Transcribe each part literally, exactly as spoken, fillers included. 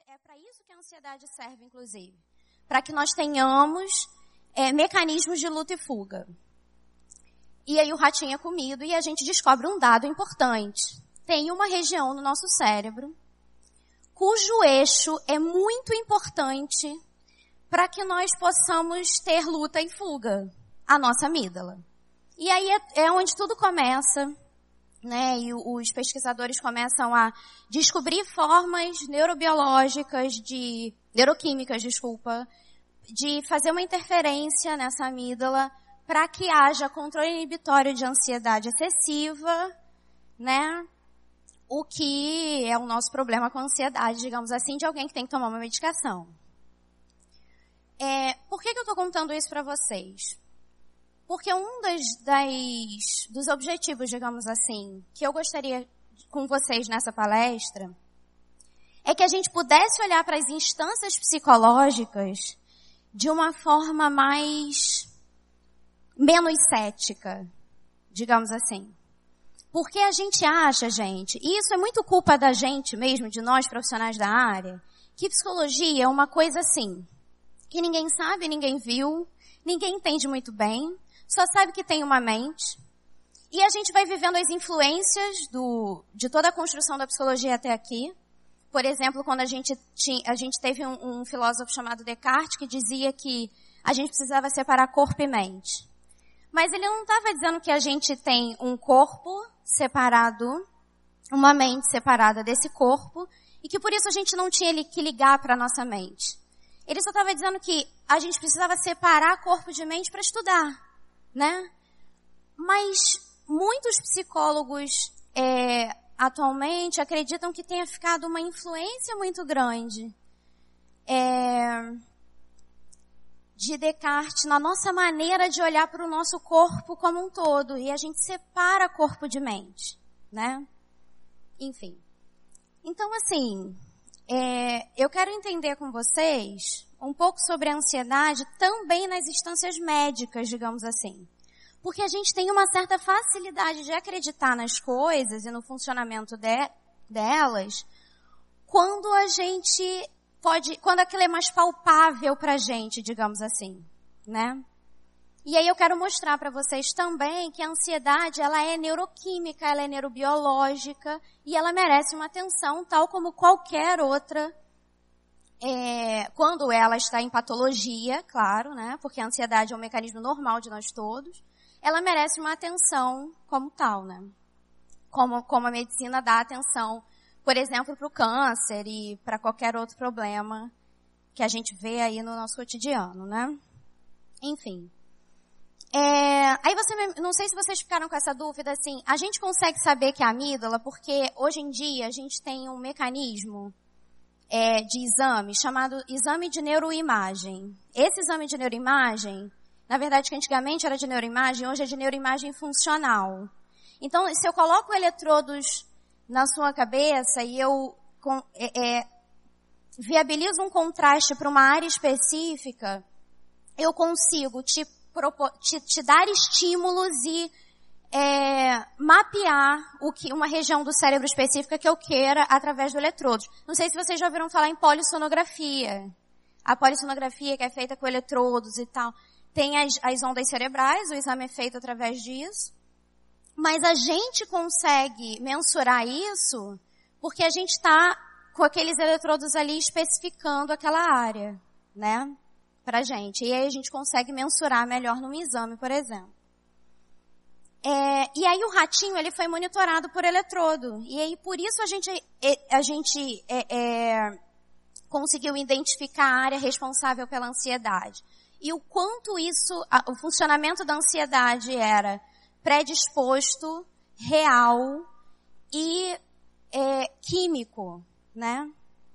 é para isso que a ansiedade serve, inclusive. Para que nós tenhamos é, mecanismos de luta e fuga. E aí o ratinho é comido e a gente descobre um dado importante. Tem uma região no nosso cérebro cujo eixo é muito importante para que nós possamos ter luta e fuga, a nossa amígdala. E aí é, é onde tudo começa, né? E os pesquisadores começam a descobrir formas neurobiológicas de, neuroquímicas, desculpa, de fazer uma interferência nessa amígdala para que haja controle inibitório de ansiedade excessiva, né? O que é o nosso problema com a ansiedade, digamos assim, de alguém que tem que tomar uma medicação. É, por que que eu estou contando isso para vocês? Porque um das, das, dos objetivos, digamos assim, que eu gostaria com vocês nessa palestra, é que a gente pudesse olhar para as instâncias psicológicas de uma forma mais, menos cética, digamos assim. Porque a gente acha, gente, e isso é muito culpa da gente mesmo, de nós profissionais da área, que psicologia é uma coisa assim, que ninguém sabe, ninguém viu, ninguém entende muito bem, só sabe que tem uma mente, e a gente vai vivendo as influências do, de toda a construção da psicologia até aqui. Por exemplo, quando a gente, tinha, a gente teve um, um filósofo chamado Descartes que dizia que a gente precisava separar corpo e mente. Mas ele não estava dizendo que a gente tem um corpo separado, uma mente separada desse corpo, e que por isso a gente não tinha que ligar para a nossa mente. Ele só estava dizendo que a gente precisava separar corpo de mente para estudar, né? Mas muitos psicólogos é, atualmente acreditam que tenha ficado uma influência muito grande é, de Descartes na nossa maneira de olhar para o nosso corpo como um todo. E a gente separa corpo de mente, né? Enfim. Então, assim, é, eu quero entender com vocês um pouco sobre a ansiedade também nas instâncias médicas, digamos assim. Porque a gente tem uma certa facilidade de acreditar nas coisas e no funcionamento de, delas quando a gente pode, quando aquilo é mais palpável pra gente, digamos assim, né? E aí eu quero mostrar para vocês também que a ansiedade, ela é neuroquímica, ela é neurobiológica e ela merece uma atenção tal como qualquer outra, é, quando ela está em patologia, claro, né? Porque a ansiedade é um mecanismo normal de nós todos, ela merece uma atenção como tal, né? Como, como a medicina dá atenção, por exemplo, para o câncer e para qualquer outro problema que a gente vê aí no nosso cotidiano, né? Enfim. É, aí você, não sei se vocês ficaram com essa dúvida, assim, a gente consegue saber que é a amígdala porque hoje em dia a gente tem um mecanismo é, de exame chamado exame de neuroimagem. Esse exame de neuroimagem, na verdade que antigamente era de neuroimagem, hoje é de neuroimagem funcional. Então, se eu coloco eletrodos na sua cabeça e eu com, é, é, viabilizo um contraste para uma área específica, eu consigo te, propor, te, te dar estímulos e é, mapear o que, uma região do cérebro específica que eu queira através do eletrodo. Não sei se vocês já ouviram falar em polissonografia. A polissonografia que é feita com eletrodos e tal. Tem as, as ondas cerebrais, o exame é feito através disso. Mas a gente consegue mensurar isso porque a gente está com aqueles eletrodos ali especificando aquela área, né? Pra gente. E aí a gente consegue mensurar melhor num exame, por exemplo. É, e aí o ratinho, ele foi monitorado por eletrodo. E aí por isso a gente, a gente é, é, conseguiu identificar a área responsável pela ansiedade. E o quanto isso, a, o funcionamento da ansiedade era predisposto, real e é, químico, né?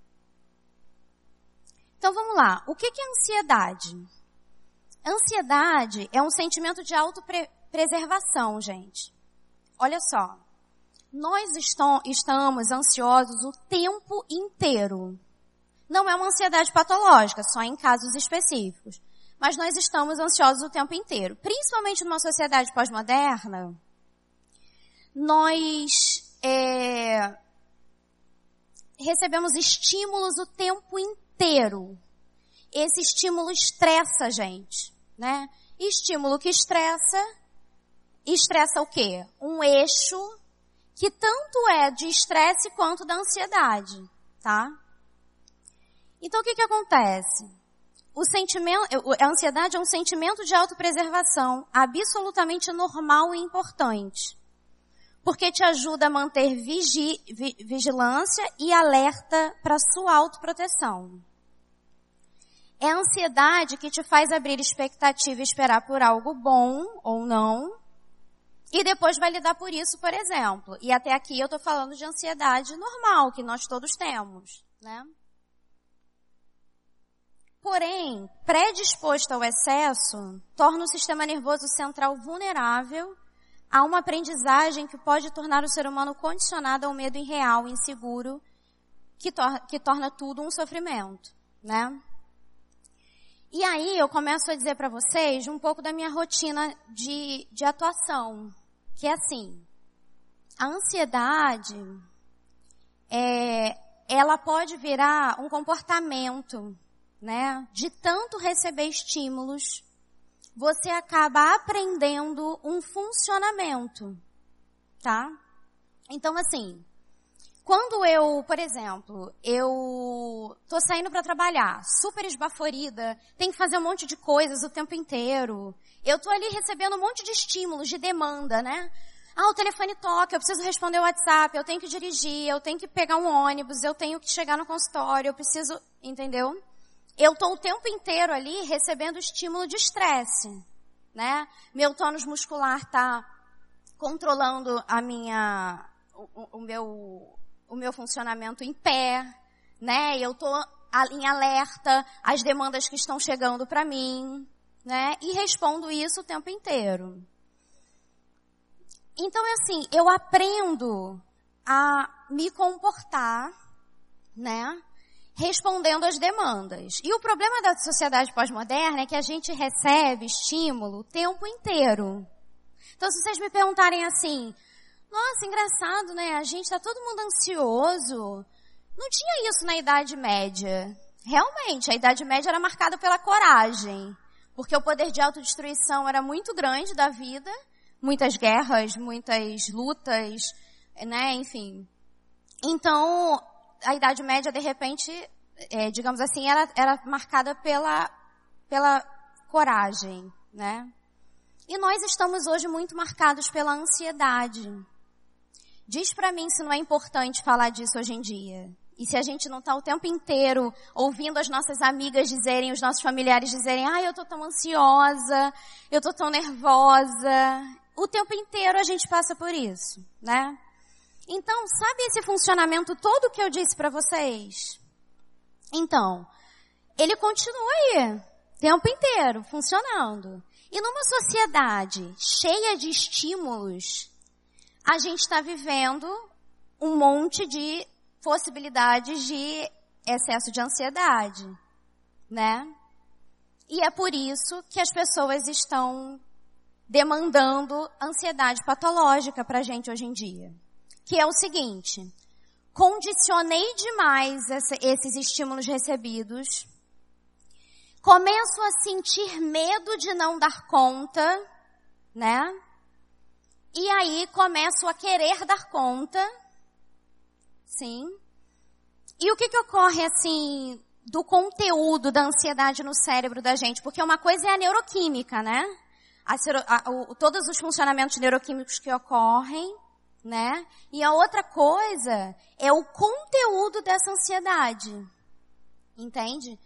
Então vamos lá. O que é ansiedade? Ansiedade é um sentimento de autopreservação, gente. Olha só. Nós estom- estamos ansiosos o tempo inteiro. Não é uma ansiedade patológica, só em casos específicos. Mas nós estamos ansiosos o tempo inteiro. Principalmente numa sociedade pós-moderna, nós é, recebemos estímulos o tempo inteiro. Esse estímulo estressa a gente, né? Estímulo que estressa, estressa o quê? Um eixo que tanto é de estresse quanto da ansiedade, tá? Então o que que acontece? O sentimento, a ansiedade é um sentimento de autopreservação absolutamente normal e importante, porque te ajuda a manter vigi, vi, vigilância e alerta para sua autoproteção. É a ansiedade que te faz abrir expectativa e esperar por algo bom ou não, e depois vai lidar por isso, por exemplo. E até aqui eu estou falando de ansiedade normal, que nós todos temos, né? Porém, predisposto ao excesso, torna o sistema nervoso central vulnerável a uma aprendizagem que pode tornar o ser humano condicionado ao medo irreal, inseguro, que, tor- que torna tudo um sofrimento, né? E aí eu começo a dizer para vocês um pouco da minha rotina de, de atuação, que é assim, a ansiedade, é, ela pode virar um comportamento, né? De tanto receber estímulos, você acaba aprendendo um funcionamento, tá? Então assim, quando eu, por exemplo, eu tô saindo para trabalhar, super esbaforida, tenho que fazer um monte de coisas o tempo inteiro, eu tô ali recebendo um monte de estímulos, de demanda, né? Ah, o telefone toca, eu preciso responder o WhatsApp, eu tenho que dirigir, eu tenho que pegar um ônibus, eu tenho que chegar no consultório, eu preciso, entendeu? Eu tô o tempo inteiro ali recebendo estímulo de estresse, né? Meu tônus muscular tá controlando a minha, o, o meu, o meu funcionamento em pé, né? Eu tô em alerta às demandas que estão chegando para mim, né? E respondo isso o tempo inteiro. Então é assim, eu aprendo a me comportar, né? Respondendo às demandas. E o problema da sociedade pós-moderna é que a gente recebe estímulo o tempo inteiro. Então se vocês me perguntarem assim, nossa, engraçado, né? A gente tá todo mundo ansioso. Não tinha isso na Idade Média. Realmente, a Idade Média era marcada pela coragem. Porque o poder de autodestruição era muito grande da vida. Muitas guerras, muitas lutas, né? Enfim. Então, a Idade Média, de repente, é, digamos assim, era, era marcada pela, pela coragem, né? E nós estamos hoje muito marcados pela ansiedade. Diz pra mim se não é importante falar disso hoje em dia. E se a gente não tá o tempo inteiro ouvindo as nossas amigas dizerem, os nossos familiares dizerem, ah, eu tô tão ansiosa, eu tô tão nervosa. O tempo inteiro a gente passa por isso, né? Então, sabe esse funcionamento todo que eu disse para vocês? Então, ele continua aí, o tempo inteiro, funcionando. E numa sociedade cheia de estímulos, a gente está vivendo um monte de possibilidades de excesso de ansiedade, né? E é por isso que as pessoas estão demandando ansiedade patológica pra gente hoje em dia. Que é o seguinte, condicionei demais essa, esses estímulos recebidos, começo a sentir medo de não dar conta, né? E aí começo a querer dar conta, sim. E o que que ocorre assim do conteúdo da ansiedade no cérebro da gente? Porque uma coisa é a neuroquímica, né? A, a, o, todos os funcionamentos neuroquímicos que ocorrem, né? E a outra coisa é o conteúdo dessa ansiedade. Entende?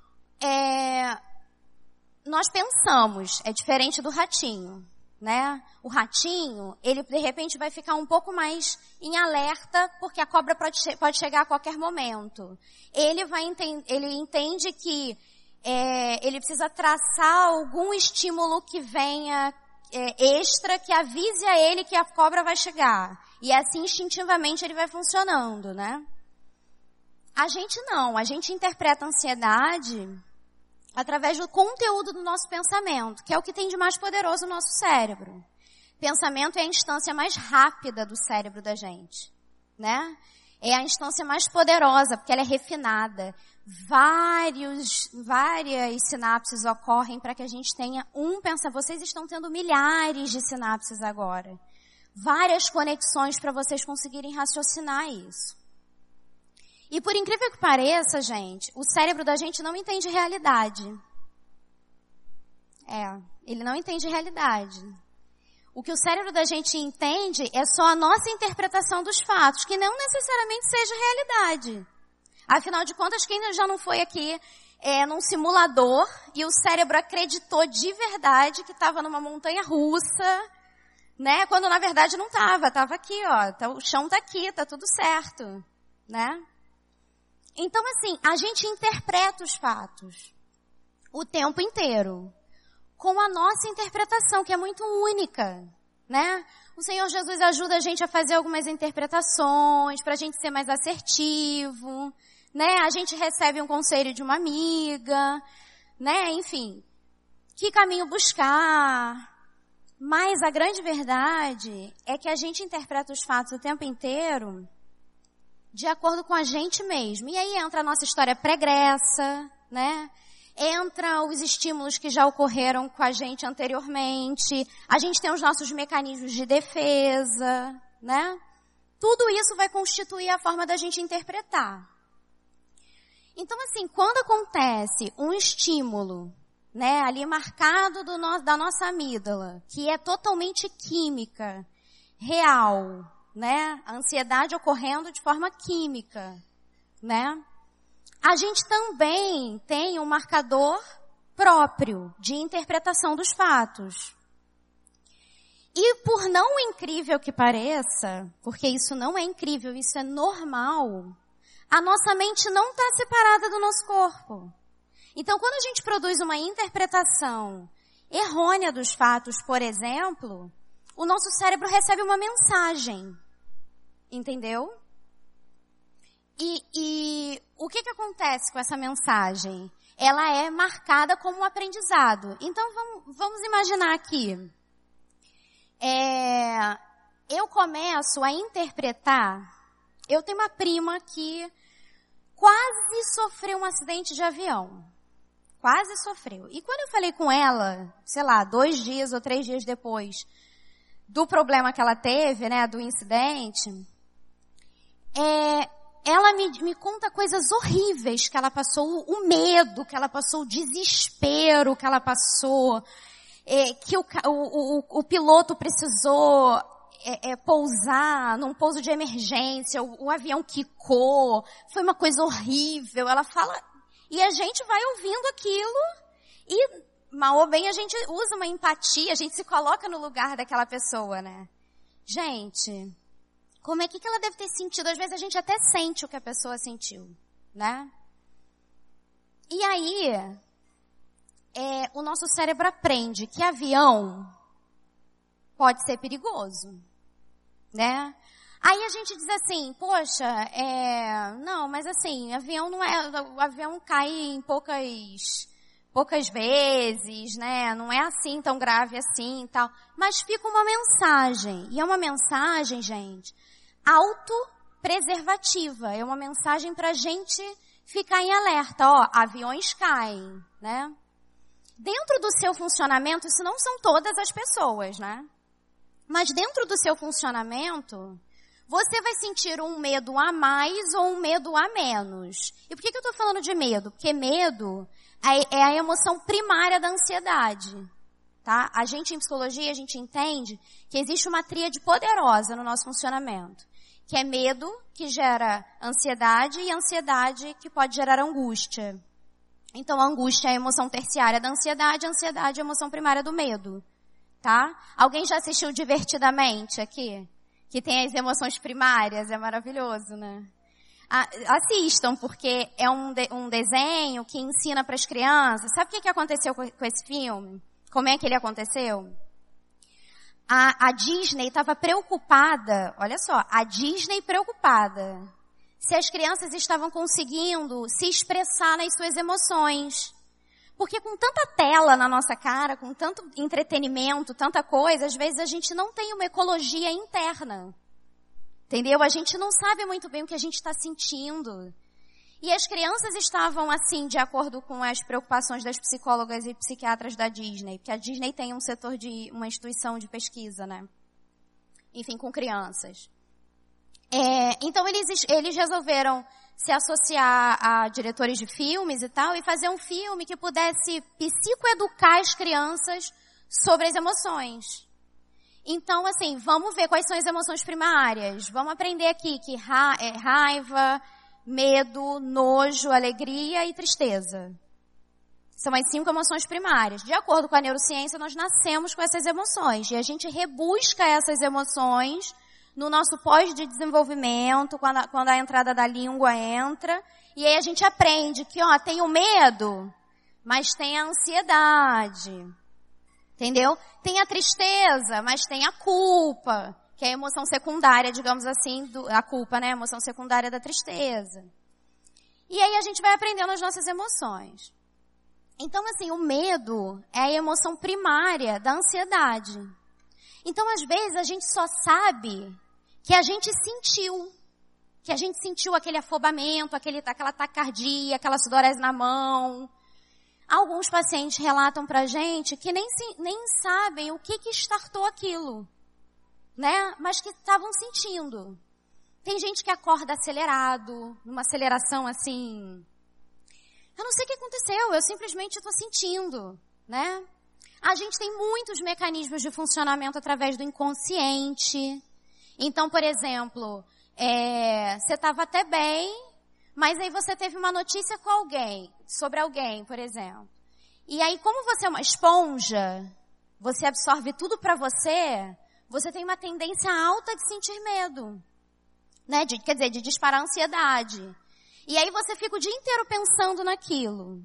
É, nós pensamos, é diferente do ratinho, né? O ratinho, ele de repente vai ficar um pouco mais em alerta porque a cobra pode, che- pode chegar a qualquer momento. Ele vai enten- ele entende que é, ele precisa traçar algum estímulo que venha é, extra, que avise a ele que a cobra vai chegar. E assim instintivamente ele vai funcionando, né? A gente não, a gente interpreta a ansiedade através do conteúdo do nosso pensamento, que é o que tem de mais poderoso no nosso cérebro. Pensamento é a instância mais rápida do cérebro da gente, né? É a instância mais poderosa, porque ela é refinada. Vários, várias sinapses ocorrem para que a gente tenha um pensamento. Vocês estão tendo milhares de sinapses agora. Várias conexões para vocês conseguirem raciocinar isso. E por incrível que pareça, gente, o cérebro da gente não entende realidade. É, ele não entende realidade. O que o cérebro da gente entende é só a nossa interpretação dos fatos, que não necessariamente seja realidade. Afinal de contas, quem já não foi aqui é, num simulador e o cérebro acreditou de verdade que estava numa montanha russa, né? Quando na verdade não estava, estava aqui, ó, tá, o chão está aqui, está tudo certo, né? Então assim, a gente interpreta os fatos o tempo inteiro, com a nossa interpretação, que é muito única, né? O Senhor Jesus ajuda a gente a fazer algumas interpretações, para a gente ser mais assertivo, né? A gente recebe um conselho de uma amiga, né? Enfim, que caminho buscar? Mas a grande verdade é que a gente interpreta os fatos o tempo inteiro de acordo com a gente mesmo. E aí entra a nossa história pregressa, né? Entra os estímulos que já ocorreram com a gente anteriormente. A gente tem os nossos mecanismos de defesa, né? Tudo isso vai constituir a forma da gente interpretar. Então, assim, quando acontece um estímulo, né, ali marcado do no, da nossa amígdala, que é totalmente química, real, né? A ansiedade ocorrendo de forma química, né? A gente também tem um marcador próprio de interpretação dos fatos. E por não incrível que pareça, porque isso não é incrível, isso é normal, a nossa mente não está separada do nosso corpo. Então, quando a gente produz uma interpretação errônea dos fatos, por exemplo, o nosso cérebro recebe uma mensagem. Entendeu? E, e o que que acontece com essa mensagem? Ela é marcada como um aprendizado. Então, vamos, vamos imaginar aqui. É, eu começo a interpretar. Eu tenho uma prima que quase sofreu um acidente de avião. Quase sofreu. E quando eu falei com ela, sei lá, dois dias ou três dias depois do problema que ela teve, né, do incidente, é, ela me, me conta coisas horríveis que ela passou, o medo que ela passou, o desespero que ela passou, é, que o, o, o, o piloto precisou é, é, pousar num pouso de emergência, o, o avião quicou, foi uma coisa horrível. Ela fala, e a gente vai ouvindo aquilo e, mal ou bem, a gente usa uma empatia, a gente se coloca no lugar daquela pessoa, né? Gente, como é que ela deve ter sentido? Às vezes a gente até sente o que a pessoa sentiu, né? E aí, é, o nosso cérebro aprende que avião pode ser perigoso, né? Aí a gente diz assim, poxa, é, não, mas assim, avião não é, o avião cai em poucas, poucas vezes, né? Não é assim tão grave assim e tal. Mas fica uma mensagem, e é uma mensagem, gente, autopreservativa. É uma mensagem pra gente ficar em alerta. Ó, aviões caem, né? Dentro do seu funcionamento, isso não são todas as pessoas, né? Mas dentro do seu funcionamento, você vai sentir um medo a mais ou um medo a menos. E por que que eu tô falando de medo? Porque medo é a emoção primária da ansiedade, tá? A gente, em psicologia, a gente entende que existe uma tríade poderosa no nosso funcionamento, que é medo, que gera ansiedade, e ansiedade, que pode gerar angústia. Então, a angústia é a emoção terciária da ansiedade, a ansiedade é a emoção primária do medo, tá? Alguém já assistiu Divertidamente aqui? Que tem as emoções primárias, é maravilhoso, né? Assistam, porque é um, de, um desenho que ensina para as crianças. Sabe o que, que aconteceu com, com esse filme? Como é que ele aconteceu? A, a Disney estava preocupada, olha só, a Disney preocupada se as crianças estavam conseguindo se expressar nas suas emoções. Porque com tanta tela na nossa cara, com tanto entretenimento, tanta coisa, às vezes a gente não tem uma ecologia interna. Entendeu? A gente não sabe muito bem o que a gente está sentindo. E as crianças estavam assim, de acordo com as preocupações das psicólogas e psiquiatras da Disney, porque a Disney tem um setor de, uma instituição de pesquisa, né? Enfim, com crianças. É, então eles, eles resolveram se associar a diretores de filmes e tal, e fazer um filme que pudesse psicoeducar as crianças sobre as emoções. Então, assim, vamos ver quais são as emoções primárias. Vamos aprender aqui que ra- é raiva, medo, nojo, alegria e tristeza. São as cinco emoções primárias. De acordo com a neurociência, nós nascemos com essas emoções. E a gente rebusca essas emoções no nosso pós de desenvolvimento, quando a, quando a entrada da língua entra. E aí a gente aprende que, ó, tem o medo, mas tem a ansiedade. Entendeu? Tem a tristeza, mas tem a culpa, que é a emoção secundária, digamos assim, do, a culpa, né? A emoção secundária da tristeza. E aí a gente vai aprendendo as nossas emoções. Então, assim, o medo é a emoção primária da ansiedade. Então, às vezes, a gente só sabe que a gente sentiu. Que a gente sentiu aquele afobamento, aquele, aquela taquicardia, aquela sudorese na mão. Alguns pacientes relatam pra gente que nem, nem sabem o que que startou aquilo, né? Mas que estavam sentindo. Tem gente que acorda acelerado, numa aceleração assim. Eu não sei o que aconteceu, eu simplesmente estou sentindo, né? A gente tem muitos mecanismos de funcionamento através do inconsciente. Então, por exemplo, é, você estava até bem, mas aí você teve uma notícia com alguém, sobre alguém, por exemplo. E aí, como você é uma esponja, você absorve tudo para você, você tem uma tendência alta de sentir medo, né? De, quer dizer, de disparar ansiedade. E aí você fica o dia inteiro pensando naquilo.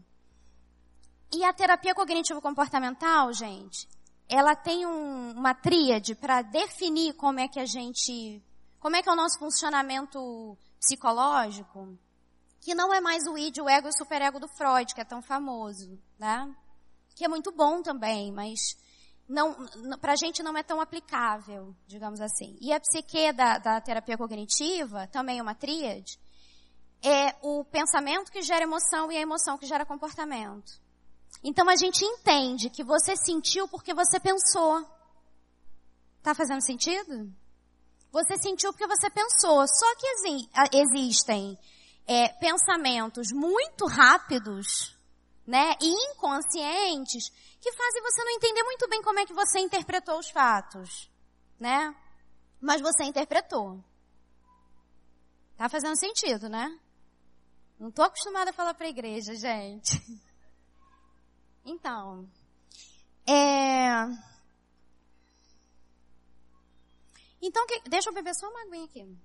E a terapia cognitivo-comportamental, gente, ela tem um, uma tríade para definir como é que a gente, como é que é o nosso funcionamento psicológico, que não é mais o id, o ego e o superego do Freud, que é tão famoso, né? Que é muito bom também, mas não, pra gente não é tão aplicável, digamos assim. E a psique da, da terapia cognitiva, também é uma tríade, é o pensamento que gera emoção e a emoção que gera comportamento. Então a gente entende que você sentiu porque você pensou. Tá fazendo sentido? Você sentiu porque você pensou. Só que assim, existem é, pensamentos muito rápidos, né, e inconscientes, que fazem você não entender muito bem como é que você interpretou os fatos, né? Mas você interpretou. Tá fazendo sentido, né? Não tô acostumada a falar pra igreja, gente. Então, é... Então, que... deixa eu beber só uma aguinha aqui.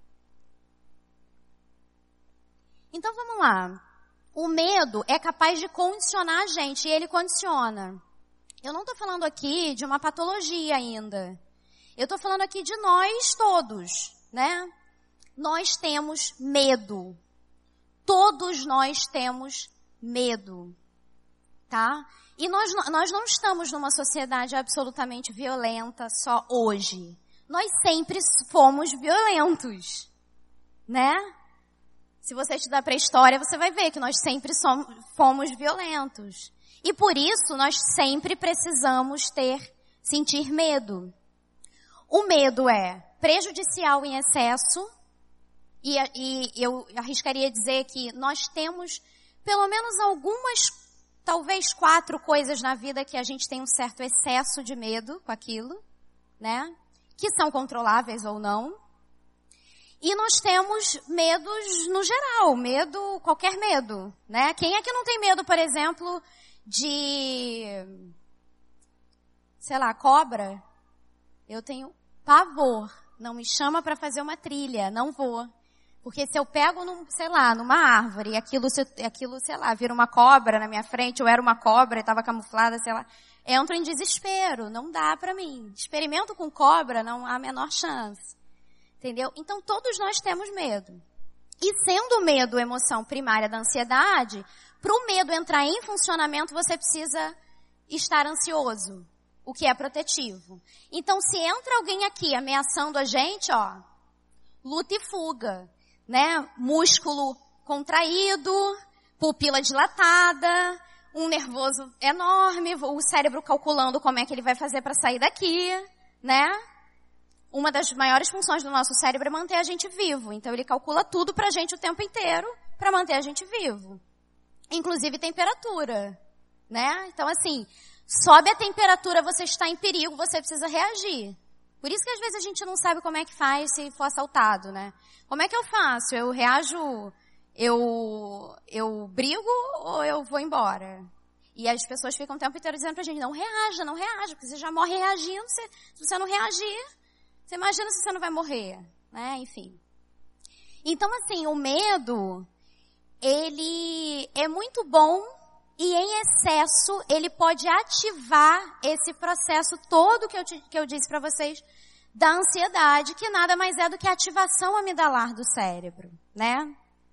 Então, vamos lá. O medo é capaz de condicionar a gente, e ele condiciona. Eu não estou falando aqui de uma patologia ainda. Eu estou falando aqui de nós todos, né? Nós temos medo. Todos nós temos medo, tá? E nós, nós não estamos numa sociedade absolutamente violenta só hoje. Nós sempre fomos violentos, né? Se você estudar pré-história, você vai ver que nós sempre somos, fomos violentos. E por isso, nós sempre precisamos ter, sentir medo. O medo é prejudicial em excesso, e, e eu arriscaria dizer que nós temos pelo menos algumas, talvez quatro coisas na vida que a gente tem um certo excesso de medo com aquilo, né? Que são controláveis ou não. E nós temos medos no geral, medo, qualquer medo, né? Quem é que não tem medo, por exemplo, de, sei lá, cobra? Eu tenho pavor. Não me chama para fazer uma trilha, não vou. Porque se eu pego, num, sei lá, numa árvore, e aquilo, aquilo, sei lá, vira uma cobra na minha frente, eu era uma cobra e estava camuflada, sei lá, entro em desespero, não dá para mim. Experimento com cobra, não há a menor chance. Entendeu? Então todos nós temos medo. E sendo o medo emoção primária da ansiedade, para o medo entrar em funcionamento, você precisa estar ansioso, o que é protetivo. Então se entra alguém aqui ameaçando a gente, ó, luta e fuga, né? Músculo contraído, pupila dilatada, um nervoso enorme, o cérebro calculando como é que ele vai fazer para sair daqui, né? Uma das maiores funções do nosso cérebro é manter a gente vivo. Então ele calcula tudo pra gente o tempo inteiro para manter a gente vivo. Inclusive temperatura, né? Então assim, sobe a temperatura, você está em perigo, você precisa reagir. Por isso que às vezes a gente não sabe como é que faz se for assaltado, né? Como é que eu faço? Eu reajo, eu, eu brigo ou eu vou embora? E as pessoas ficam o tempo inteiro dizendo pra gente, não reaja, não reaja, porque você já morre reagindo, se, se você não reagir, você imagina se você não vai morrer, né? Enfim. Então assim, o medo, ele é muito bom e em excesso ele pode ativar esse processo todo que eu, te, que eu disse pra vocês da ansiedade, que nada mais é do que a ativação amidalar do cérebro, né?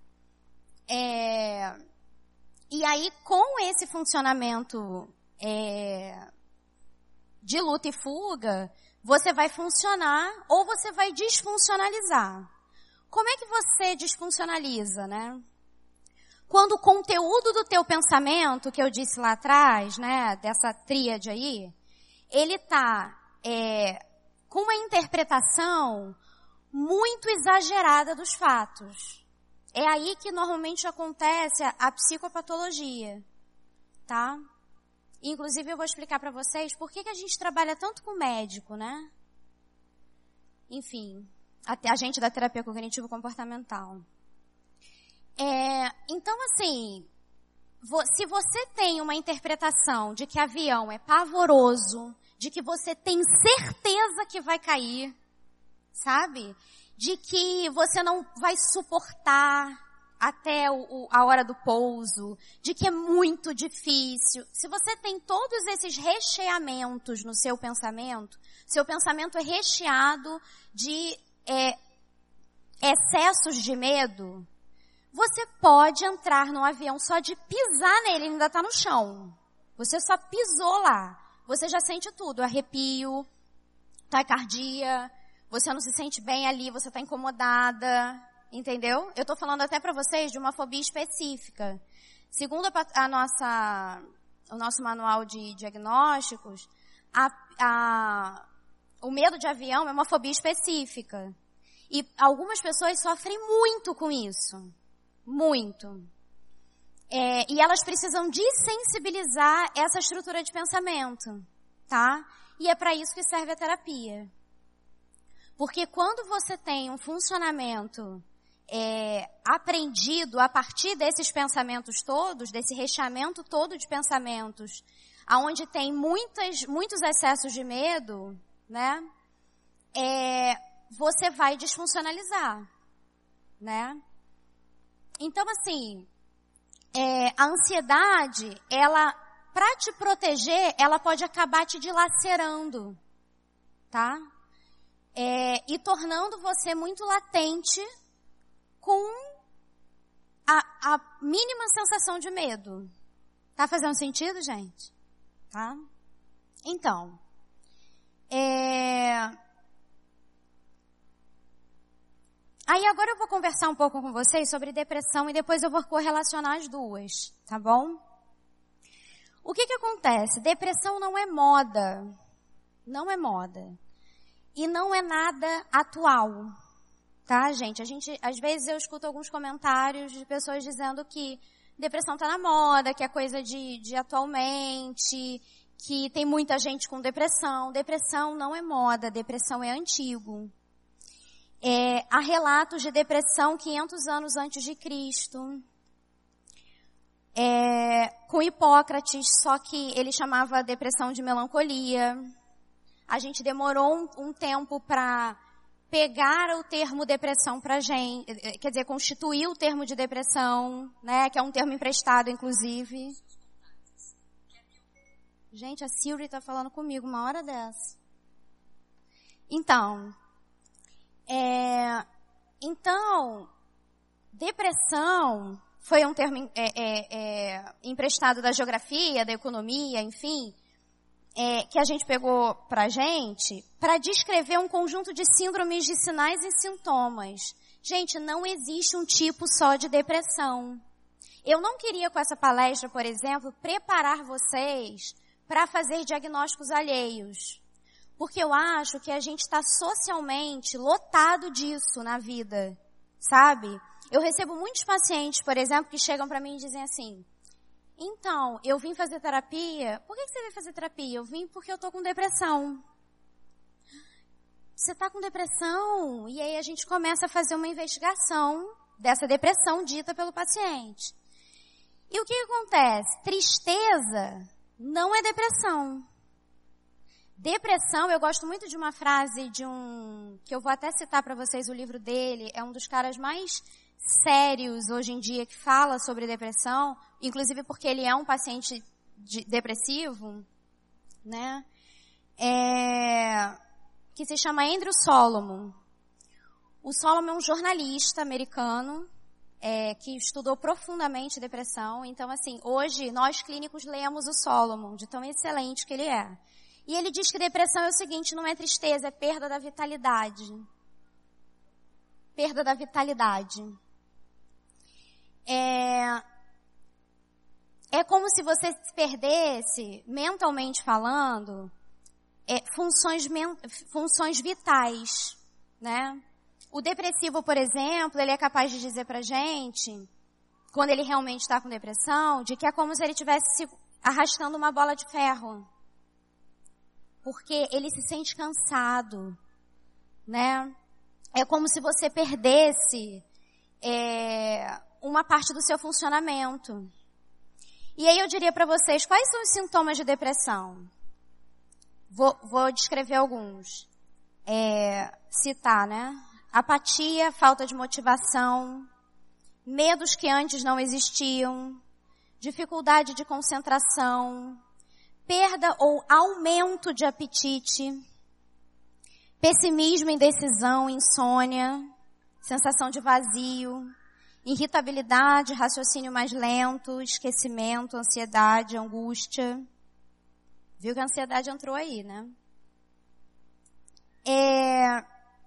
É... E aí, com esse funcionamento é, de luta e fuga, você vai funcionar ou você vai desfuncionalizar. Como é que você desfuncionaliza, né? Quando o conteúdo do teu pensamento, que eu disse lá atrás, né, dessa tríade aí, ele tá é, com uma interpretação muito exagerada dos fatos. É aí que normalmente acontece a, a psicopatologia, tá? Inclusive eu vou explicar para vocês por que, que a gente trabalha tanto com médico, né? Enfim, a, a gente da terapia cognitivo-comportamental. É, então assim, vo, se você tem uma interpretação de que avião é pavoroso, de que você tem certeza que vai cair, sabe? De que você não vai suportar até o, o, a hora do pouso, de que é muito difícil. Se você tem todos esses recheamentos no seu pensamento, seu pensamento é recheado de é, excessos de medo, você pode entrar num avião só de pisar nele, ele ainda está no chão. Você só pisou lá. Você já sente tudo, arrepio, taquicardia, você não se sente bem ali, você está incomodada, entendeu? Eu estou falando até para vocês de uma fobia específica. Segundo a, a nossa, o nosso manual de diagnósticos, a, a, o medo de avião é uma fobia específica. E algumas pessoas sofrem muito com isso. Muito. É, e elas precisam desensibilizar essa estrutura de pensamento, tá? E é para isso que serve a terapia. Porque quando você tem um funcionamento é, aprendido a partir desses pensamentos todos, desse recheamento todo de pensamentos, aonde tem muitas, muitos excessos de medo, né? É, você vai desfuncionalizar, né? Então, assim, é, a ansiedade, ela, para te proteger, ela pode acabar te dilacerando, tá? É, e tornando você muito latente com a, a mínima sensação de medo. Tá fazendo sentido, gente? Tá? Então, é... aí agora eu vou conversar um pouco com vocês sobre depressão e depois eu vou correlacionar as duas, tá bom? O que que acontece? Depressão não é moda. Não é moda. E não é nada atual, tá, gente? A gente, às vezes eu escuto alguns comentários de pessoas dizendo que depressão tá na moda, que é coisa de, de atualmente, que tem muita gente com depressão. Depressão não é moda, depressão é antigo. É, há relatos de depressão quinhentos anos antes de Cristo. É, com Hipócrates, só que ele chamava a depressão de melancolia. A gente demorou um, um tempo para pegar o termo depressão pra gente, quer dizer, constituir o termo de depressão, né, que é um termo emprestado, inclusive. Gente, a Siri tá falando comigo uma hora dessa. Então, é, então, depressão foi um termo é, é, é, emprestado da geografia, da economia, enfim. é, que a gente pegou pra gente para descrever um conjunto de síndromes de sinais e sintomas. Gente, não existe um tipo só de depressão. Eu não queria com essa palestra, por exemplo, preparar vocês para fazer diagnósticos alheios. Porque eu acho que a gente está socialmente lotado disso na vida, sabe? Eu recebo muitos pacientes, por exemplo, que chegam para mim e dizem assim, então, eu vim fazer terapia. Por que você veio fazer terapia? Eu vim porque eu tô com depressão. Você tá com depressão? E aí a gente começa a fazer uma investigação dessa depressão dita pelo paciente. E o que acontece? Tristeza não é depressão. Depressão, eu gosto muito de uma frase de um, que eu vou até citar para vocês o livro dele, é um dos caras mais sérios hoje em dia que fala sobre depressão, inclusive porque ele é um paciente de, depressivo, né? É, que se chama Andrew Solomon. O Solomon é um jornalista americano é, que estudou profundamente depressão. Então, assim, hoje nós clínicos lemos o Solomon, de tão excelente que ele é. E ele diz que depressão é o seguinte, não é tristeza, é perda da vitalidade. Perda da vitalidade. É, é como se você se perdesse, mentalmente falando, é, funções, funções vitais, né? O depressivo, por exemplo, ele é capaz de dizer pra gente, quando ele realmente está com depressão, de que é como se ele estivesse arrastando uma bola de ferro. Porque ele se sente cansado, né? É como se você perdesse é, uma parte do seu funcionamento. E aí eu diria para vocês, quais são os sintomas de depressão? Vou, vou descrever alguns. É, citar, né? Apatia, falta de motivação, medos que antes não existiam, dificuldade de concentração, perda ou aumento de apetite, pessimismo, indecisão, insônia, sensação de vazio, irritabilidade, raciocínio mais lento, esquecimento, ansiedade, angústia. Viu que a ansiedade entrou aí, né? É...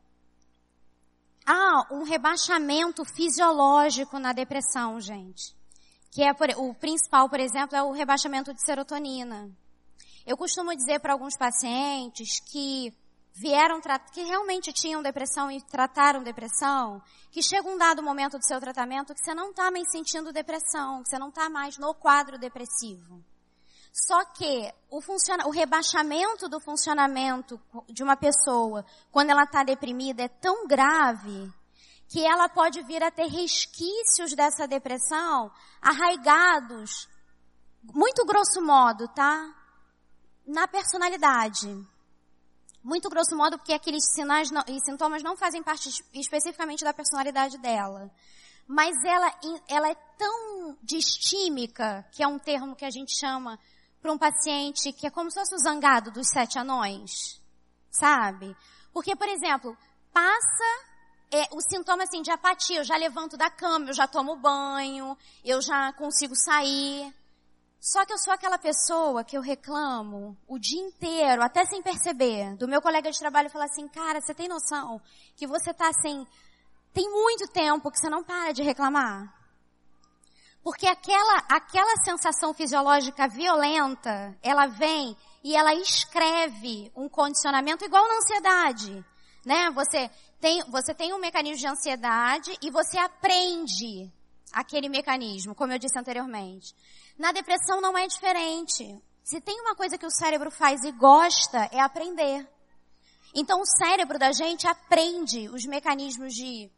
Ah, um rebaixamento fisiológico na depressão, gente. Que é, o principal, por exemplo, é o rebaixamento de serotonina. Eu costumo dizer para alguns pacientes que vieram, que realmente tinham depressão e trataram depressão, que chega um dado momento do seu tratamento que você não está mais sentindo depressão, que você não está mais no quadro depressivo. Só que o, funciona, o rebaixamento do funcionamento de uma pessoa, quando ela está deprimida, é tão grave que ela pode vir a ter resquícios dessa depressão arraigados, muito grosso modo, tá? Na personalidade. Muito grosso modo, porque aqueles sinais não, e sintomas não fazem parte especificamente da personalidade dela. Mas ela, ela é tão distímica, que é um termo que a gente chama para um paciente que é como se fosse o zangado dos sete anões, sabe? Porque, por exemplo, passa é, o sintoma assim, de apatia, eu já levanto da cama, eu já tomo banho, eu já consigo sair. Só que eu sou aquela pessoa que eu reclamo o dia inteiro, até sem perceber, do meu colega de trabalho falar assim, cara, você tem noção que você tá assim, tem muito tempo que você não para de reclamar? Porque aquela, aquela sensação fisiológica violenta, ela vem e ela escreve um condicionamento igual na ansiedade, né? Você tem, você tem um mecanismo de ansiedade e você aprende aquele mecanismo, como eu disse anteriormente. Na depressão não é diferente. Se tem uma coisa que o cérebro faz e gosta, é aprender. Então o cérebro da gente aprende os mecanismos de,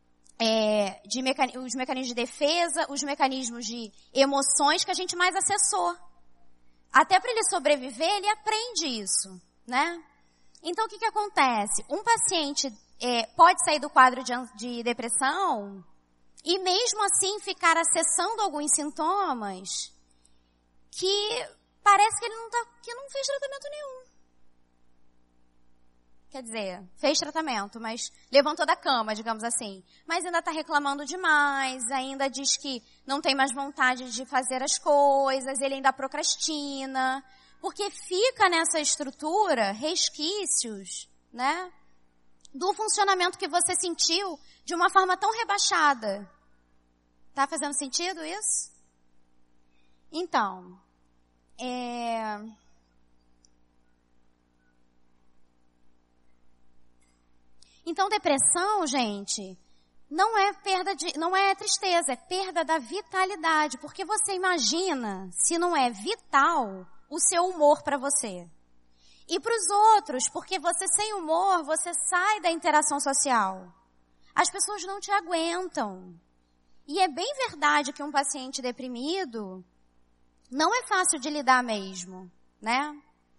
é, de mecan... os mecanismos de defesa, os mecanismos de emoções que a gente mais acessou. Até para ele sobreviver, ele aprende isso, né? Então o que que acontece? Um paciente é, pode sair do quadro de, de depressão e mesmo assim ficar acessando alguns sintomas que parece que ele não, tá, que não fez tratamento nenhum. Quer dizer, fez tratamento, mas levantou da cama, digamos assim. Mas ainda está reclamando demais, ainda diz que não tem mais vontade de fazer as coisas, ele ainda procrastina. Porque fica nessa estrutura resquícios, né, do funcionamento que você sentiu de uma forma tão rebaixada. Tá fazendo sentido isso? Então, é... Então, depressão, gente, não é perda de, não é tristeza, é perda da vitalidade. Porque você imagina, se não é vital, o seu humor para você. E para os outros, porque você sem humor, você sai da interação social. As pessoas não te aguentam. E é bem verdade que um paciente deprimido não é fácil de lidar mesmo, né?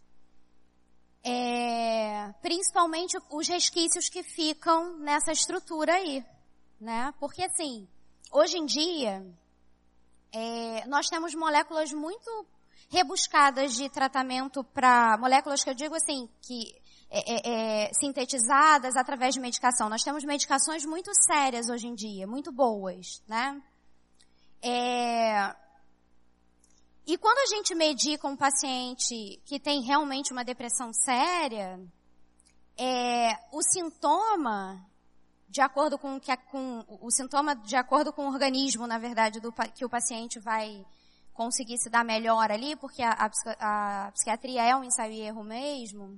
É, principalmente os resquícios que ficam nessa estrutura aí, né? Porque assim, hoje em dia, é, nós temos moléculas muito rebuscadas de tratamento para, moléculas que eu digo assim, que é, é, é, sintetizadas através de medicação. Nós temos medicações muito sérias hoje em dia, muito boas, né? É, E quando a gente medica um paciente que tem realmente uma depressão séria, é, o sintoma, de acordo com, que, com o sintoma de acordo com o organismo, na verdade, do, que o paciente vai conseguir se dar melhor ali, porque a, a, a psiquiatria é um ensaio e erro mesmo,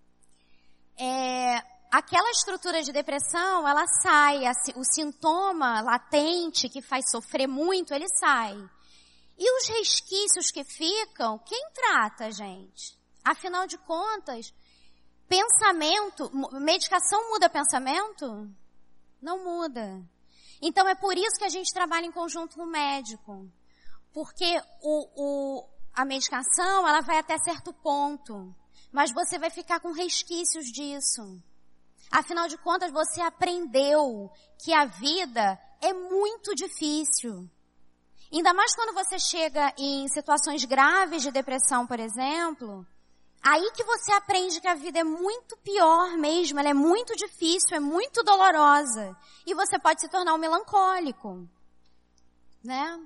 é, aquela estrutura de depressão, ela sai, a, o sintoma latente que faz sofrer muito, ele sai. E os resquícios que ficam, quem trata, gente? Afinal de contas, pensamento, medicação muda pensamento? Não muda. Então é por isso que a gente trabalha em conjunto com o médico. Porque o, o, a medicação, ela vai até certo ponto. Mas você vai ficar com resquícios disso. Afinal de contas, você aprendeu que a vida é muito difícil. Ainda mais quando você chega em situações graves de depressão, por exemplo, aí que você aprende que a vida é muito pior mesmo, ela é muito difícil, é muito dolorosa. E você pode se tornar um melancólico, né?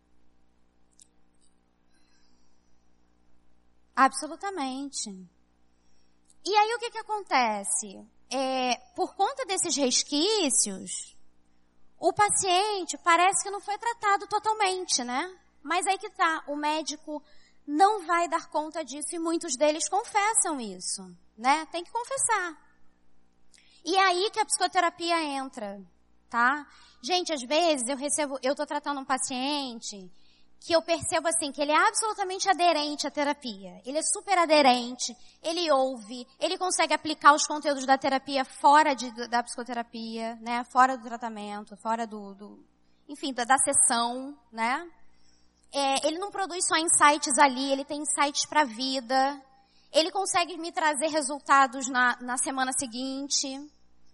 Absolutamente. E aí o que que acontece? É, por conta desses resquícios, o paciente parece que não foi tratado totalmente, né? Mas aí que tá, o médico não vai dar conta disso e muitos deles confessam isso, né? Tem que confessar. E é aí que a psicoterapia entra, tá? Gente, às vezes eu recebo, eu tô tratando um paciente que eu percebo assim, que ele é absolutamente aderente à terapia. Ele é super aderente, ele ouve, ele consegue aplicar os conteúdos da terapia fora de, da psicoterapia, né? Fora do tratamento, fora do, do enfim, da, da sessão, né? É, ele não produz só insights ali, ele tem insights para a vida. Ele consegue me trazer resultados na, na semana seguinte.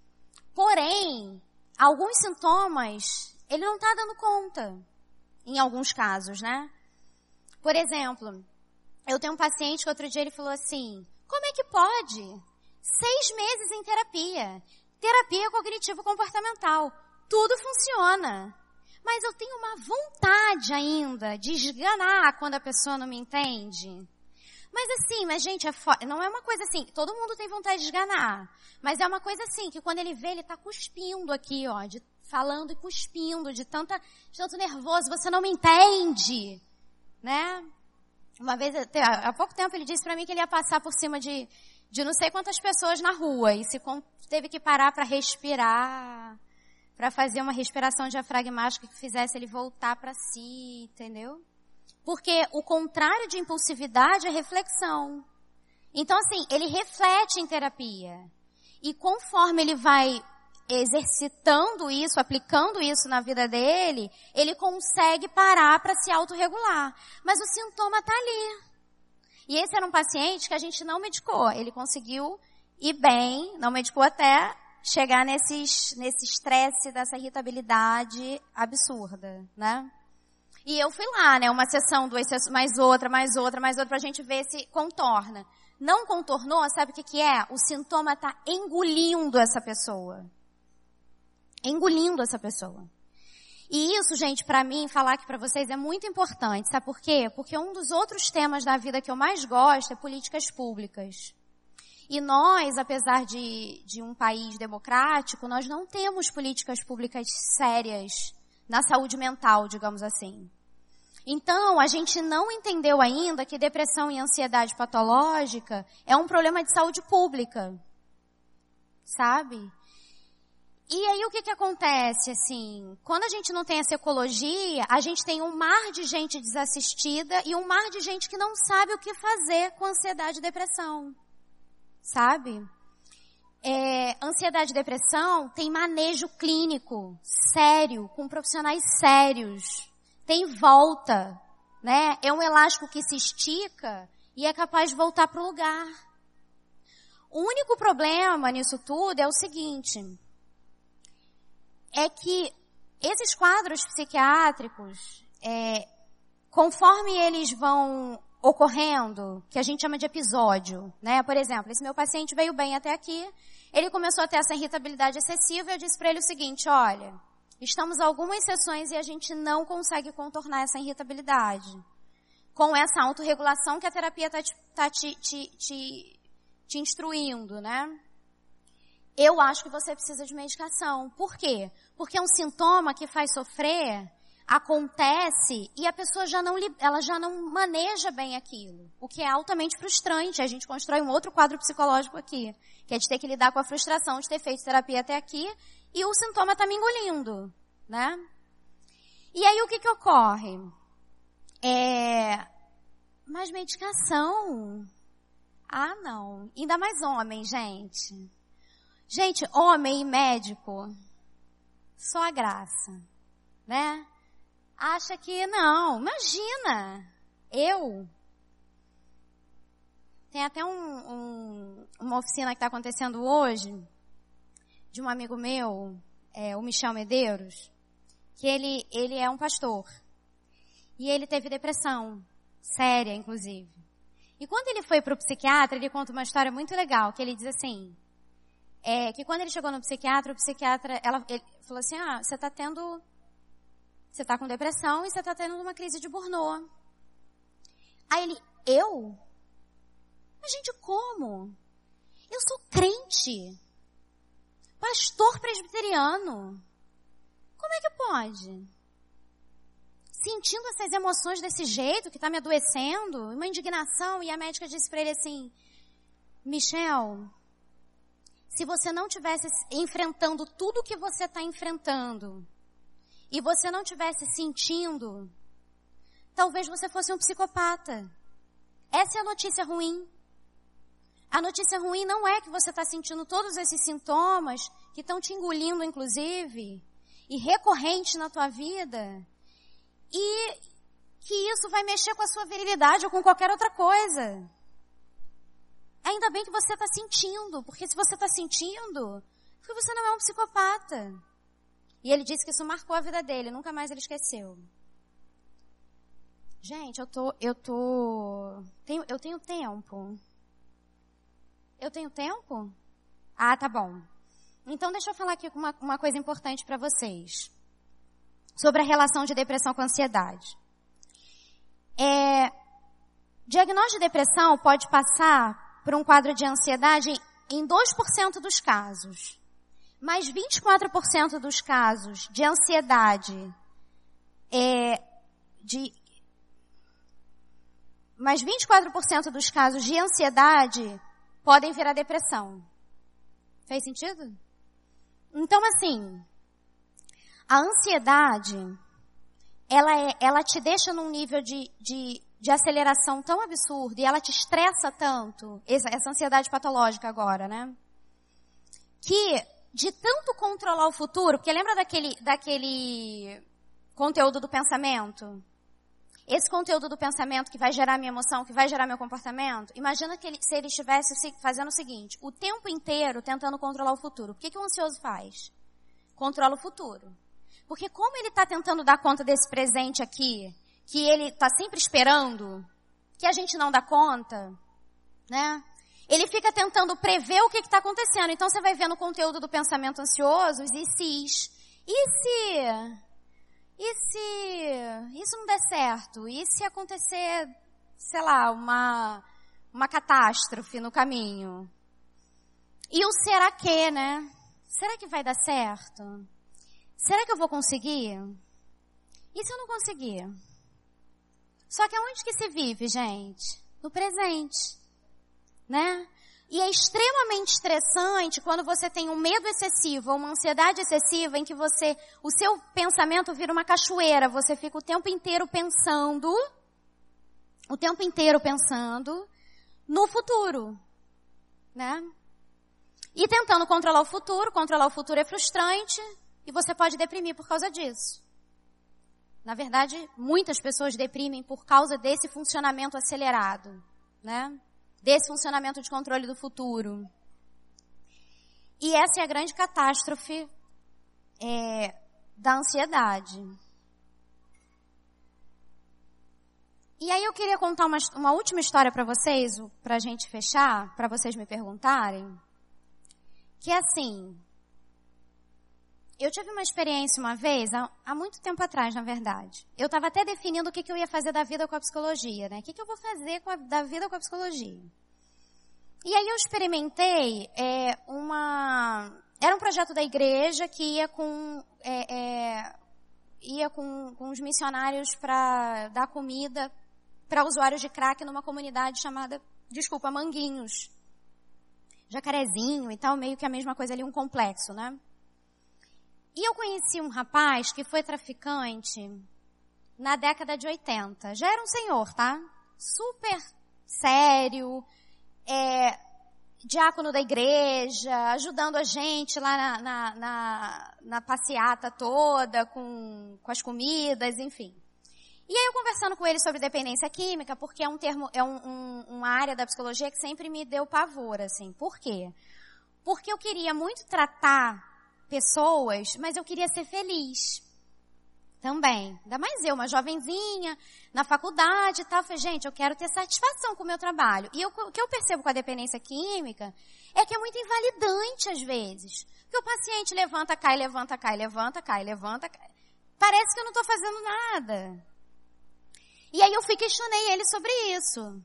Porém, alguns sintomas, ele não está dando conta. Em alguns casos, né? Por exemplo, eu tenho um paciente que outro dia ele falou assim, como é que pode? Seis meses em terapia. Terapia cognitivo-comportamental. Tudo funciona. Mas eu tenho uma vontade ainda de esganar quando a pessoa não me entende. Mas assim, mas gente, é fo... não é uma coisa assim, todo mundo tem vontade de esganar. Mas é uma coisa assim, que quando ele vê, ele tá cuspindo aqui, ó, de falando e cuspindo de, tanta, de tanto nervoso, você não me entende, né? Uma vez, há pouco tempo ele disse para mim que ele ia passar por cima de, de não sei quantas pessoas na rua e se teve que parar para respirar, para fazer uma respiração diafragmática que fizesse ele voltar para si, entendeu? Porque o contrário de impulsividade é reflexão. Então assim, ele reflete em terapia e conforme ele vai exercitando isso, aplicando isso na vida dele, ele consegue parar para se autorregular. Mas o sintoma está ali. E esse era um paciente que a gente não medicou. Ele conseguiu ir bem, não medicou até chegar nesses, nesse estresse, dessa irritabilidade absurda, né? E eu fui lá, né? Uma sessão, duas sessões, mais outra, mais outra, mais outra, pra gente ver se contorna. Não contornou, sabe o que que é? O sintoma está engolindo essa pessoa. Engolindo essa pessoa. E isso, gente, para mim, falar aqui para vocês é muito importante. Sabe por quê? Porque um dos outros temas da vida que eu mais gosto é políticas públicas. E nós, apesar de, de um país democrático, nós não temos políticas públicas sérias na saúde mental, digamos assim. Então, a gente não entendeu ainda que depressão e ansiedade patológica é um problema de saúde pública. Sabe? E aí o que que acontece, assim, quando a gente não tem essa ecologia, a gente tem um mar de gente desassistida e um mar de gente que não sabe o que fazer com ansiedade e depressão, sabe? É, ansiedade e depressão tem manejo clínico, sério, com profissionais sérios, tem volta, né? É um elástico que se estica e é capaz de voltar para o lugar. O único problema nisso tudo é o seguinte, é que esses quadros psiquiátricos, é, conforme eles vão ocorrendo, que a gente chama de episódio, né? Por exemplo, esse meu paciente veio bem até aqui, ele começou a ter essa irritabilidade excessiva e eu disse para ele o seguinte, olha, estamos algumas sessões e a gente não consegue contornar essa irritabilidade. Com essa autorregulação que a terapia está te, tá te, te, te, te instruindo, né? Eu acho que você precisa de medicação. Por quê? Porque é um sintoma que faz sofrer, acontece e a pessoa já não, ela já não maneja bem aquilo. O que é altamente frustrante. A gente constrói um outro quadro psicológico aqui, que é de ter que lidar com a frustração de ter feito terapia até aqui e o sintoma está me engolindo, né? E aí o que que ocorre? É... Mas medicação? Ah, não. Ainda mais homem, gente. Gente, homem e médico, só a graça, né? Acha que, não, imagina, eu. Tem até um, um, uma oficina que está acontecendo hoje, de um amigo meu, é, o Michel Medeiros, que ele, ele é um pastor. E ele teve depressão, séria, inclusive. E quando ele foi para o psiquiatra, ele conta uma história muito legal, que ele diz assim, é, que quando ele chegou no psiquiatra, o psiquiatra, ela, ele falou assim, ah, você está tendo, você está com depressão e você está tendo uma crise de Burnout. Aí ele, eu? Mas gente, como? Eu sou crente, pastor presbiteriano. Como é que pode? Sentindo essas emoções desse jeito, que está me adoecendo, uma indignação, e a médica disse para ele assim, Michel, se você não tivesse enfrentando tudo que você está enfrentando, e você não tivesse sentindo, talvez você fosse um psicopata. Essa é a notícia ruim. A notícia ruim não é que você está sentindo todos esses sintomas, que estão te engolindo inclusive, e recorrentes na tua vida, e que isso vai mexer com a sua virilidade ou com qualquer outra coisa. Ainda bem que você está sentindo, porque se você está sentindo, porque você não é um psicopata. E ele disse que isso marcou a vida dele, nunca mais ele esqueceu. Gente, eu tô, eu tô, tenho, eu tenho tempo. Eu tenho tempo? Ah, tá bom. Então deixa eu falar aqui uma, uma coisa importante para vocês. Sobre a relação de depressão com ansiedade. É, diagnóstico de depressão pode passar por um quadro de ansiedade em dois por cento dos casos. Mas vinte e quatro por cento dos casos de ansiedade, é, de, mas vinte e quatro por cento dos casos de ansiedade podem virar depressão. Fez sentido? Então, assim, a ansiedade, ela, é, ela te deixa num nível de, de, de aceleração tão absurdo e ela te estressa tanto, essa, essa ansiedade patológica agora, né? Que de tanto controlar o futuro, porque lembra daquele, daquele conteúdo do pensamento? Esse conteúdo do pensamento que vai gerar minha emoção, que vai gerar meu comportamento, imagina que ele, se ele estivesse fazendo o seguinte, o tempo inteiro tentando controlar o futuro. O que, que o ansioso faz? Controla o futuro. Porque como ele está tentando dar conta desse presente aqui, que ele está sempre esperando, que a gente não dá conta, né? Ele fica tentando prever o que está acontecendo. Então você vai ver no conteúdo do pensamento ansioso os e se's. E se... e se isso não der certo? E se acontecer, sei lá, uma, uma catástrofe no caminho? E o será que, né? Será que vai dar certo? Será que eu vou conseguir? E se eu não conseguir? Só que aonde que se vive, gente? No presente, né? E é extremamente estressante quando você tem um medo excessivo ou uma ansiedade excessiva em que você, o seu pensamento vira uma cachoeira, você fica o tempo inteiro pensando, o tempo inteiro pensando no futuro, né? E tentando controlar o futuro, controlar o futuro é frustrante e você pode deprimir por causa disso. Na verdade, muitas pessoas deprimem por causa desse funcionamento acelerado, né? Desse funcionamento de controle do futuro. E essa é a grande catástrofe é, da ansiedade. E aí eu queria contar uma, uma última história para vocês, para a gente fechar, para vocês me perguntarem. Que é assim, eu tive uma experiência uma vez, há, há muito tempo atrás, na verdade. Eu estava até definindo o que, que eu ia fazer da vida com a psicologia, né? O que, que eu vou fazer com a, da vida com a psicologia. E aí eu experimentei é, uma... Era um projeto da igreja que ia com, é, é, ia com, com os missionários para dar comida para usuários de crack numa comunidade chamada, desculpa, Manguinhos. Jacarezinho e tal, meio que a mesma coisa ali, um complexo, né? E eu conheci um rapaz que foi traficante na década de oitenta. Já era um senhor, tá? Super sério, é, diácono da igreja, ajudando a gente lá na, na, na, na passeata toda, com, com as comidas, enfim. E aí eu conversando com ele sobre dependência química, porque é um termo, é um, um, uma área da psicologia que sempre me deu pavor, assim. Por quê? Porque eu queria muito tratar pessoas, mas eu queria ser feliz também. Ainda mais eu, uma jovenzinha, na faculdade e tal. Eu falei, gente, eu quero ter satisfação com o meu trabalho. E eu, o que eu percebo com a dependência química é que é muito invalidante às vezes. Porque o paciente levanta, cai, levanta, cai, levanta, cai, levanta, cai. Parece que eu não estou fazendo nada. E aí eu fui questionei ele sobre isso.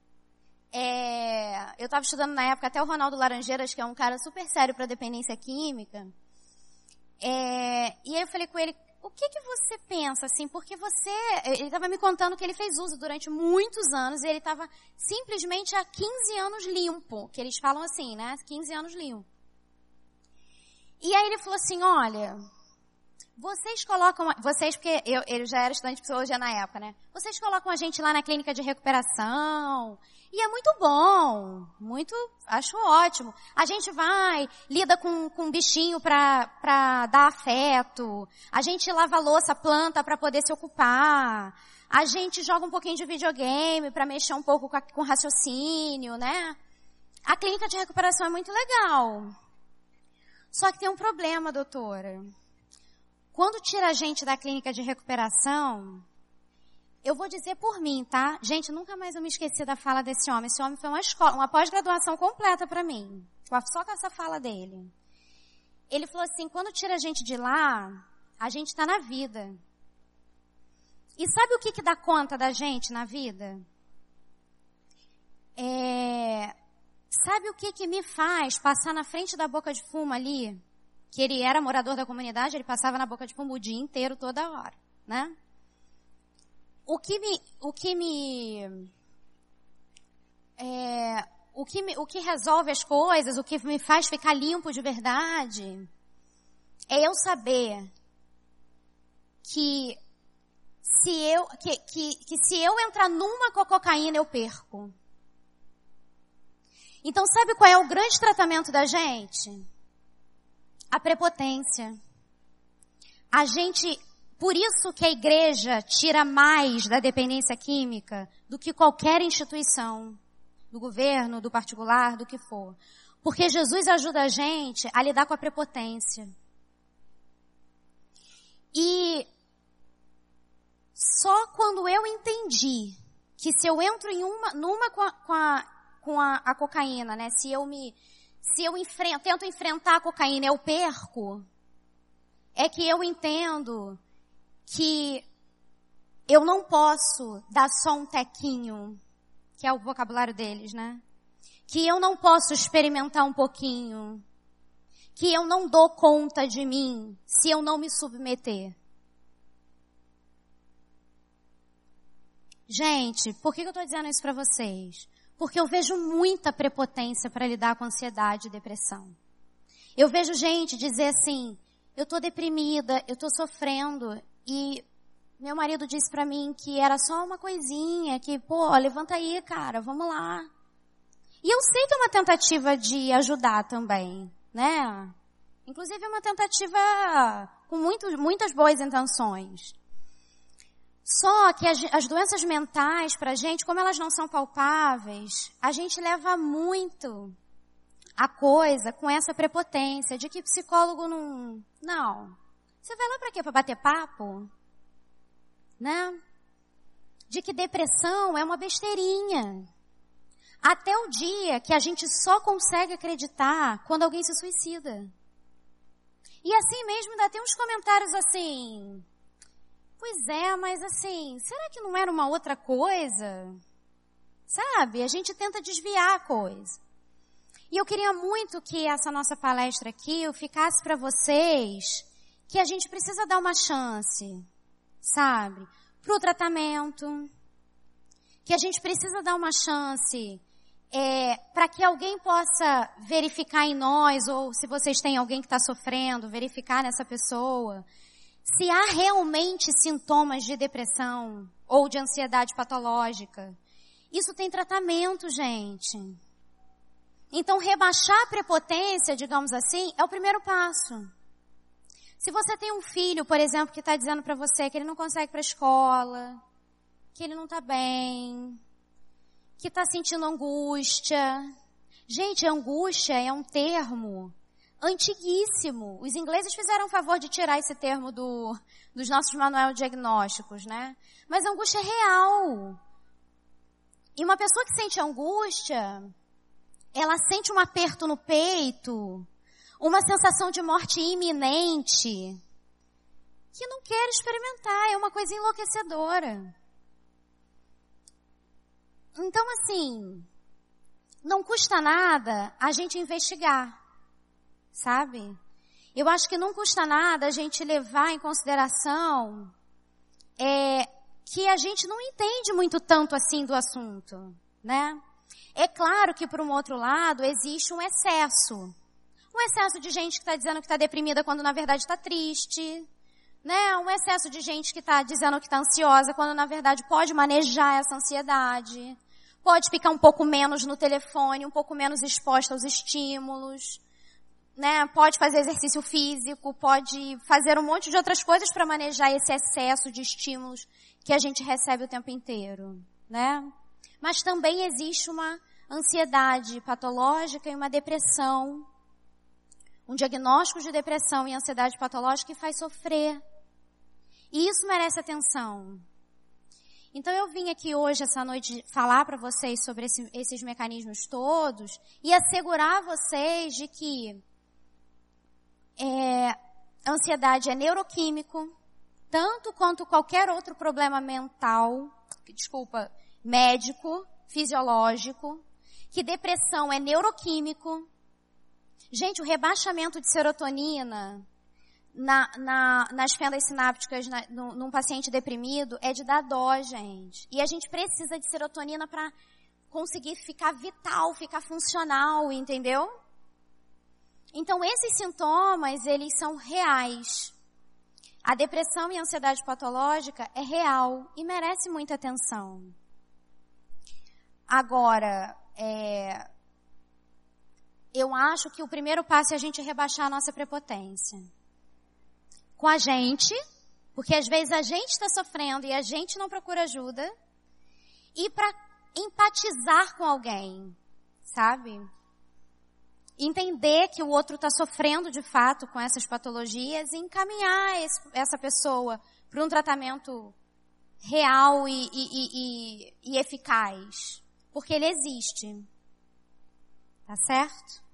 É, eu estava estudando na época até o Ronaldo Laranjeiras, que é um cara super sério para dependência química. É, e aí eu falei com ele, o que que você pensa, assim, porque você... Ele estava me contando que ele fez uso durante muitos anos e ele estava simplesmente há quinze anos limpo, que eles falam assim, né? quinze anos limpo. E aí ele falou assim, olha... Vocês colocam, vocês, porque eu, eu já era estudante de psicologia na época, né? Vocês colocam a gente lá na clínica de recuperação, e é muito bom, muito, acho ótimo. A gente vai, lida com, com um bichinho pra, pra dar afeto, a gente lava a louça, planta pra poder se ocupar, a gente joga um pouquinho de videogame pra mexer um pouco com, a, com raciocínio, né? A clínica de recuperação é muito legal. Só que tem um problema, doutora. Quando tira a gente da clínica de recuperação, eu vou dizer por mim, tá? Gente, nunca mais eu me esqueci da fala desse homem. Esse homem foi uma escola, uma pós-graduação completa para mim. Só com essa fala dele. Ele falou assim, quando tira a gente de lá, a gente tá na vida. E sabe o que que dá conta da gente na vida? É... Sabe o que que me faz passar na frente da boca de fumo ali? Que ele era morador da comunidade, ele passava na boca de fumo o dia inteiro, toda hora, né? O que me, o que me, é, o que me, o que resolve as coisas, o que me faz ficar limpo de verdade, é eu saber que se eu, que, que, que se eu entrar numa com a cocaína, eu perco. Então sabe qual é o grande tratamento da gente? A prepotência. A gente, por isso que a igreja tira mais da dependência química do que qualquer instituição, do governo, do particular, do que for. Porque Jesus ajuda a gente a lidar com a prepotência. E só quando eu entendi que se eu entro em uma, numa com a, com a, com a, a cocaína, né, se eu me Se eu enfrento, tento enfrentar a cocaína, eu perco, é que eu entendo que eu não posso dar só um tequinho, que é o vocabulário deles, né? Que eu não posso experimentar um pouquinho, que eu não dou conta de mim se eu não me submeter. Gente, por que eu estou dizendo isso para vocês? Porque eu vejo muita prepotência para lidar com ansiedade e depressão. Eu vejo gente dizer assim, eu estou deprimida, eu estou sofrendo, e meu marido disse para mim que era só uma coisinha, que, pô, levanta aí, cara, vamos lá. E eu sei que é uma tentativa de ajudar também, né? Inclusive é uma tentativa com muito, muitas boas intenções. Só que as, as doenças mentais, pra gente, como elas não são palpáveis, a gente leva muito a coisa com essa prepotência de que psicólogo não... Não. Você vai lá pra quê? Pra bater papo? Né? De que depressão é uma besteirinha. Até o dia que a gente só consegue acreditar quando alguém se suicida. E assim mesmo ainda tem uns comentários assim... Pois é, mas assim, será que não era uma outra coisa? Sabe? A gente tenta desviar a coisa. E eu queria muito que essa nossa palestra aqui eu ficasse para vocês que a gente precisa dar uma chance, sabe? Para o tratamento. Que a gente precisa dar uma chance é, para que alguém possa verificar em nós, ou se vocês têm alguém que está sofrendo, verificar nessa pessoa, se há realmente sintomas de depressão ou de ansiedade patológica. Isso tem tratamento, gente. Então, rebaixar a prepotência, digamos assim, é o primeiro passo. Se você tem um filho, por exemplo, que está dizendo para você que ele não consegue ir para a escola, que ele não está bem, que está sentindo angústia. Gente, angústia é um termo antiguíssimo. Os ingleses fizeram o favor de tirar esse termo do, dos nossos manuais diagnósticos, né? Mas a angústia é real. E uma pessoa que sente angústia, ela sente um aperto no peito, uma sensação de morte iminente, que não quer experimentar, é uma coisa enlouquecedora. Então, assim, não custa nada a gente investigar. Sabe? Eu acho que não custa nada a gente levar em consideração é, que a gente não entende muito tanto assim do assunto, né? É claro que, por um outro lado, existe um excesso. Um excesso de gente que está dizendo que está deprimida quando na verdade está triste, né? Um excesso de gente que está dizendo que está ansiosa quando na verdade pode manejar essa ansiedade. Pode ficar um pouco menos no telefone, um pouco menos exposta aos estímulos. Né? Pode fazer exercício físico, pode fazer um monte de outras coisas para manejar esse excesso de estímulos que a gente recebe o tempo inteiro, né? Mas também existe uma ansiedade patológica e uma depressão, um diagnóstico de depressão e ansiedade patológica que faz sofrer. E isso merece atenção. Então eu vim aqui hoje, essa noite, falar para vocês sobre esse, esses mecanismos todos e assegurar vocês de que É, ansiedade é neuroquímico, tanto quanto qualquer outro problema mental, desculpa, médico, fisiológico, que depressão é neuroquímico. Gente, o rebaixamento de serotonina na, na, nas fendas sinápticas na, no, num paciente deprimido é de dar dó, gente. E a gente precisa de serotonina para conseguir ficar vital, ficar funcional, entendeu? Então, esses sintomas, eles são reais. A depressão e a ansiedade patológica é real e merece muita atenção. Agora, é, eu acho que o primeiro passo é a gente rebaixar a nossa prepotência. Com a gente, porque às vezes a gente está sofrendo e a gente não procura ajuda. E para empatizar com alguém, sabe? Entender que o outro está sofrendo de fato com essas patologias e encaminhar esse, essa pessoa para um tratamento real e, e, e, e eficaz. Porque ele existe. Tá certo?